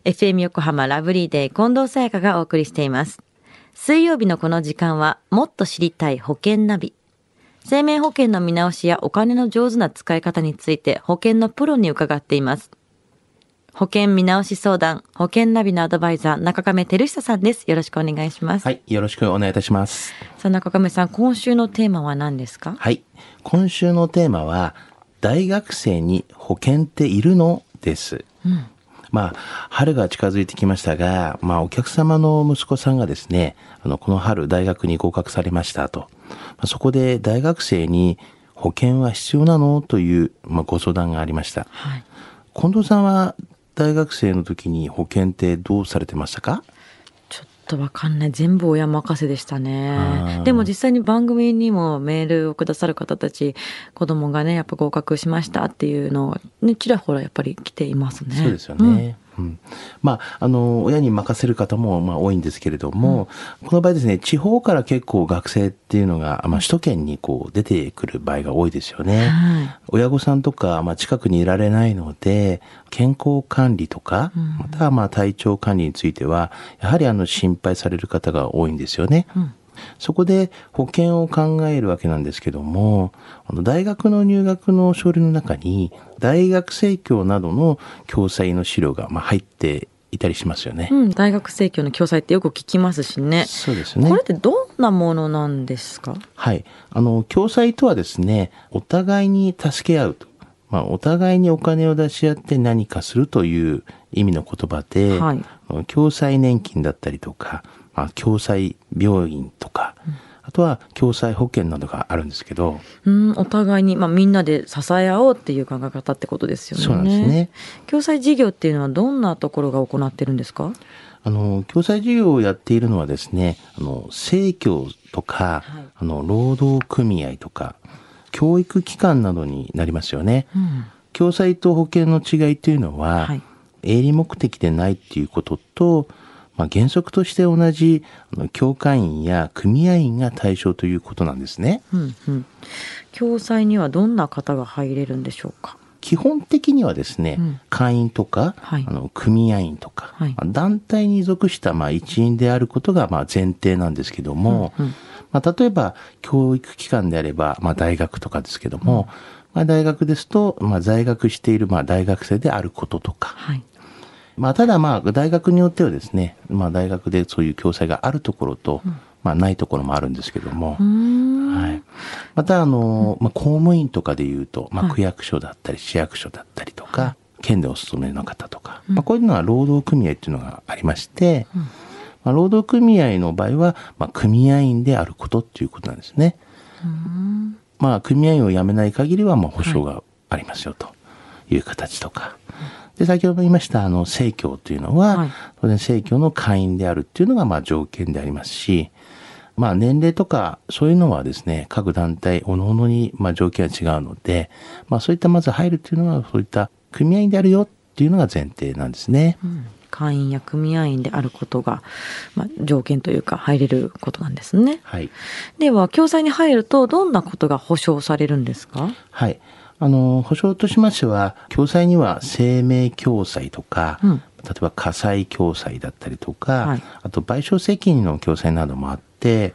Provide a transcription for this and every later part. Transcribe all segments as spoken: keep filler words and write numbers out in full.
エフエム 横浜ラブリーデー近藤沙耶香がお送りしています。水曜日のこの時間はもっと知りたい保険ナビ。生命保険の見直しやお金の上手な使い方について保険のプロに伺っています。保険見直し相談、保険ナビのアドバイザー、中亀照久さんです。よろしくお願いします。 はい、よろしくお願いいたします。 さあ、中亀さん、今週のテーマは何ですか？ はい、今週のテーマは、大学生に保険っているの？です。うん、まあ、春が近づいてきましたが、まあ、お客様の息子さんがですね、あの、この春大学に合格されましたと。まあ、そこで大学生に保険は必要なの？という、まあ、ご相談がありました。はい、近藤さんは大学生の時に保険ってどうされてましたか？ ちょっとわかんない。全部親任せでしたね。でも実際に番組にもメールをくださる方たち、子供がね、やっぱ合格しましたっていうのを、ね、ちらほらやっぱり来ていますね。 そうですよね。うんうん、まあ、あの、親に任せる方も、まあ、多いんですけれども、うん、この場合ですね、地方から結構学生っていうのが、まあ、首都圏にこう出てくる場合が多いですよね。はい、親御さんとか、まあ、近くにいられないので、健康管理とか、うん、またはまあ、体調管理については、やはりあの、心配される方が多いんですよね。うん、そこで保険を考えるわけなんですけども、大学の入学の書類の中に大学生協などの共済の資料がまあ入っていたりしますよね。 うん、大学生協の共済ってよく聞きますしね。 そうですね。 これってどんなものなんですか？ はい。あの、共済とはですね、お互いに助け合うと。まあ、お互いにお金を出し合って何かするという意味の言葉で、はい、共済年金だったりとか、まあ、共済病院とか、うん、あとは共済保険などがあるんですけど、 うん、お互いに、まあ、みんなで支え合おうっていう考え方ってことですよね。 そうなんですね。 共済事業っていうのはどんなところが行ってるんですか？ あの、共済事業をやっているのはですね、あの、生協とか、はい、あの、労働組合とか、教育機関などになりますよね。うん、共済と保険の違いというのは、はい、営利目的でないっていうことと、まあ、原則として同じ協会員や組合員が対象ということなんですね。 うんうん、共済にはどんな方が入れるんでしょうか？ 基本的にはですね、うん、会員とか、はい、あの組合員とか、はい、団体に属したまあ一員であることがまあ前提なんですけども、うんうん、まあ、例えば教育機関であれば、まあ、大学とかですけども、うん、まあ、大学ですと、まあ、在学しているまあ大学生であることとか、はい、まあ、ただまあ大学によってはですね、まあ、大学でそういう共済があるところと、うん、まあ、ないところもあるんですけども、はい、またあの、まあ、公務員とかでいうと、まあ、区役所だったり市役所だったりとか、はい、県でお勤めの方とか、うん、まあ、こういうのは労働組合っていうのがありまして、うん、まあ、労働組合の場合は、まあ、組合員であることっていうことなんですね。うん、まあ、組合員を辞めない限りは、まあ、保証がありますよという形とか。はい、で、先ほど言いました、あの、生協というのは、はい、当然生協の会員であるっていうのが、まあ、条件でありますし、まあ、年齢とか、そういうのはですね、各団体、各々に、まあ、条件は違うので、まあ、そういったまず入るっていうのは、そういった組合員であるよっていうのが前提なんですね。 うん、会員や組合員であることが、まあ、条件というか入れることなんですね。はい。では、共済に入るとどんなことが保証されるんですか？ はい。あの、保証としましては、共済には生命共済とか、うん、例えば火災共済だったりとか、はい、あと賠償責任の共済などもあって、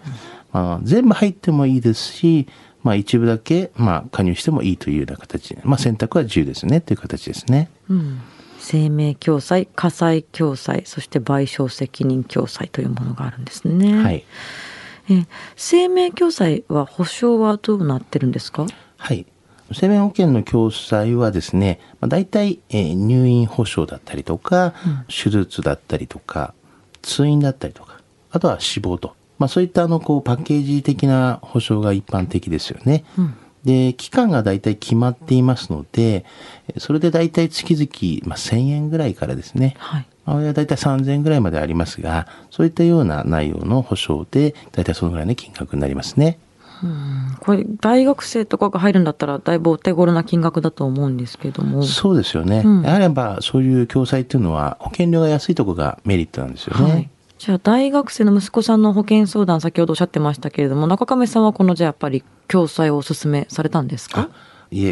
うん、まあ、全部入ってもいいですし、まあ、一部だけ、まあ、加入してもいいというような形で、まあ、選択は自由ですねという形ですね。 うん、生命共済、火災共済、そして賠償責任共済というものがあるんですね。はい。え、生命共済は保証はどうなってるんですか？ はい。生命保険の共済はですね、まあ、大体、えー、入院保障だったりとか、うん、手術だったりとか、通院だったりとか、あとは死亡と。まあ、そういったあの、こう、パッケージ的な保障が一般的ですよね。うん、で、期間が大体決まっていますので、それで大体月々、まあ、せんえんぐらいからですね。はい。まあ、大体さんぜんえんぐらいまでありますが、そういったような内容の保障で、大体そのぐらいの金額になりますね。 うん、これ大学生とかが入るんだったらだいぶお手頃な金額だと思うんですけども。 そうですよね、うん、やはりやっぱそういう共済っていうのは保険料が安いところがメリットなんですよね。はい、 じゃあ大学生の息子さんの保険相談先ほどおっしゃってましたけれども、中亀さんはこのじゃあやっぱり共済をお勧めされたんですか？ いえ、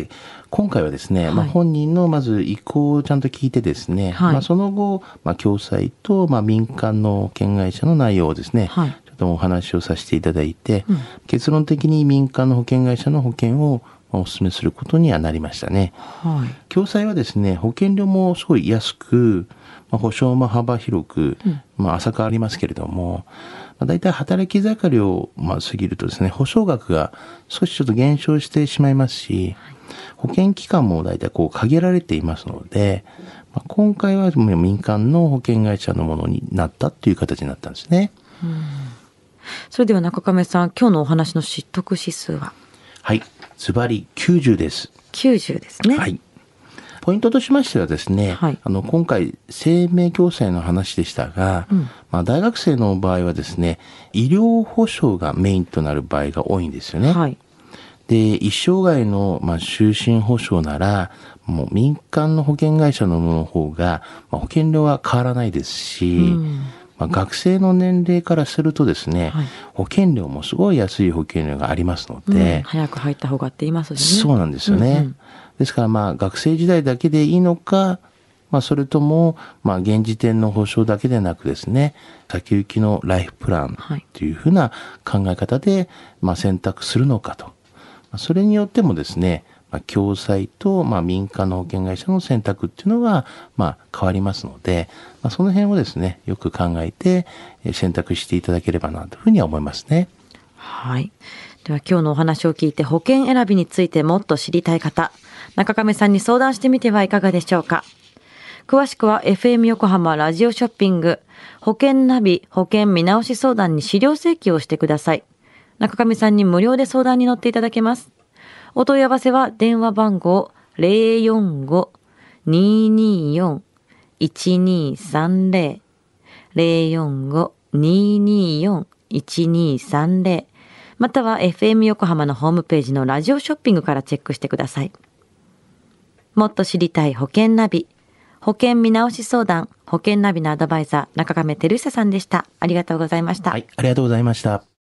今回はですね、はい、まあ、本人のまず意向をちゃんと聞いてですね、はい、まあ、その後、まあ、共済と、まあ、民間の保険会社の内容をですね、はい、ちょっとお話をさせていただいて、うん、結論的に民間の保険会社の保険をお勧めすることにはなりましたね。はい、共済はですね、保険料もすごい安く、まあ、保証も幅広く、うん、まあ、浅くありますけれども、まあ、大体働き盛りを、まあ、過ぎるとですね、保証額が少しちょっと減少してしまいますし、保険期間も大体こう限られていますので、まあ、今回はもう民間の保険会社のものになったという形になったんですね。 うん、それでは中亀さん、今日のお話の知得指数は？ はい、ズバリきゅうじゅうです。 きゅうじゅうですね。 はい。ポイントとしましてはですね、はい、あの今回生命共済の話でしたが、うん、まあ、大学生の場合はですね、医療保障がメインとなる場合が多いんですよね。はい、で、一生涯の、まあ、終身保障なら、もう民間の保険会社のものの方が、まあ、保険料は変わらないですし、うん、まあ、学生の年齢からするとですね、はい、保険料もすごい安い保険料がありますので、 うん、早く入った方がって言いますしね。そうなんですよね。うんうん、ですからまあ学生時代だけでいいのか、まあそれともまあ現時点の保証だけでなくですね、先行きのライフプランというふうな考え方でまあ選択するのかと。それによってもですね、まあ、共済とまあ民間の保険会社の選択っていうのはまあ変わりますので、まあ、その辺をですね、よく考えて選択していただければなというふうには思いますね。 はい。では今日のお話を聞いて保険選びについてもっと知りたい方、中亀さんに相談してみてはいかがでしょうか。詳しくは エフエム 横浜ラジオショッピング保険ナビ保険見直し相談に資料請求をしてください。中亀さんに無料で相談に乗っていただけます。お問い合わせは電話番号 ゼロよんご にーにーよん いちにーさんゼロ ゼロよんご にーにーよん いちにーさんゼロ または エフエム 横浜のホームページのラジオショッピングからチェックしてください。もっと知りたい保険ナビ保険見直し相談保険ナビのアドバイザー中亀照久さんでした。ありがとうございました。 はい、ありがとうございました。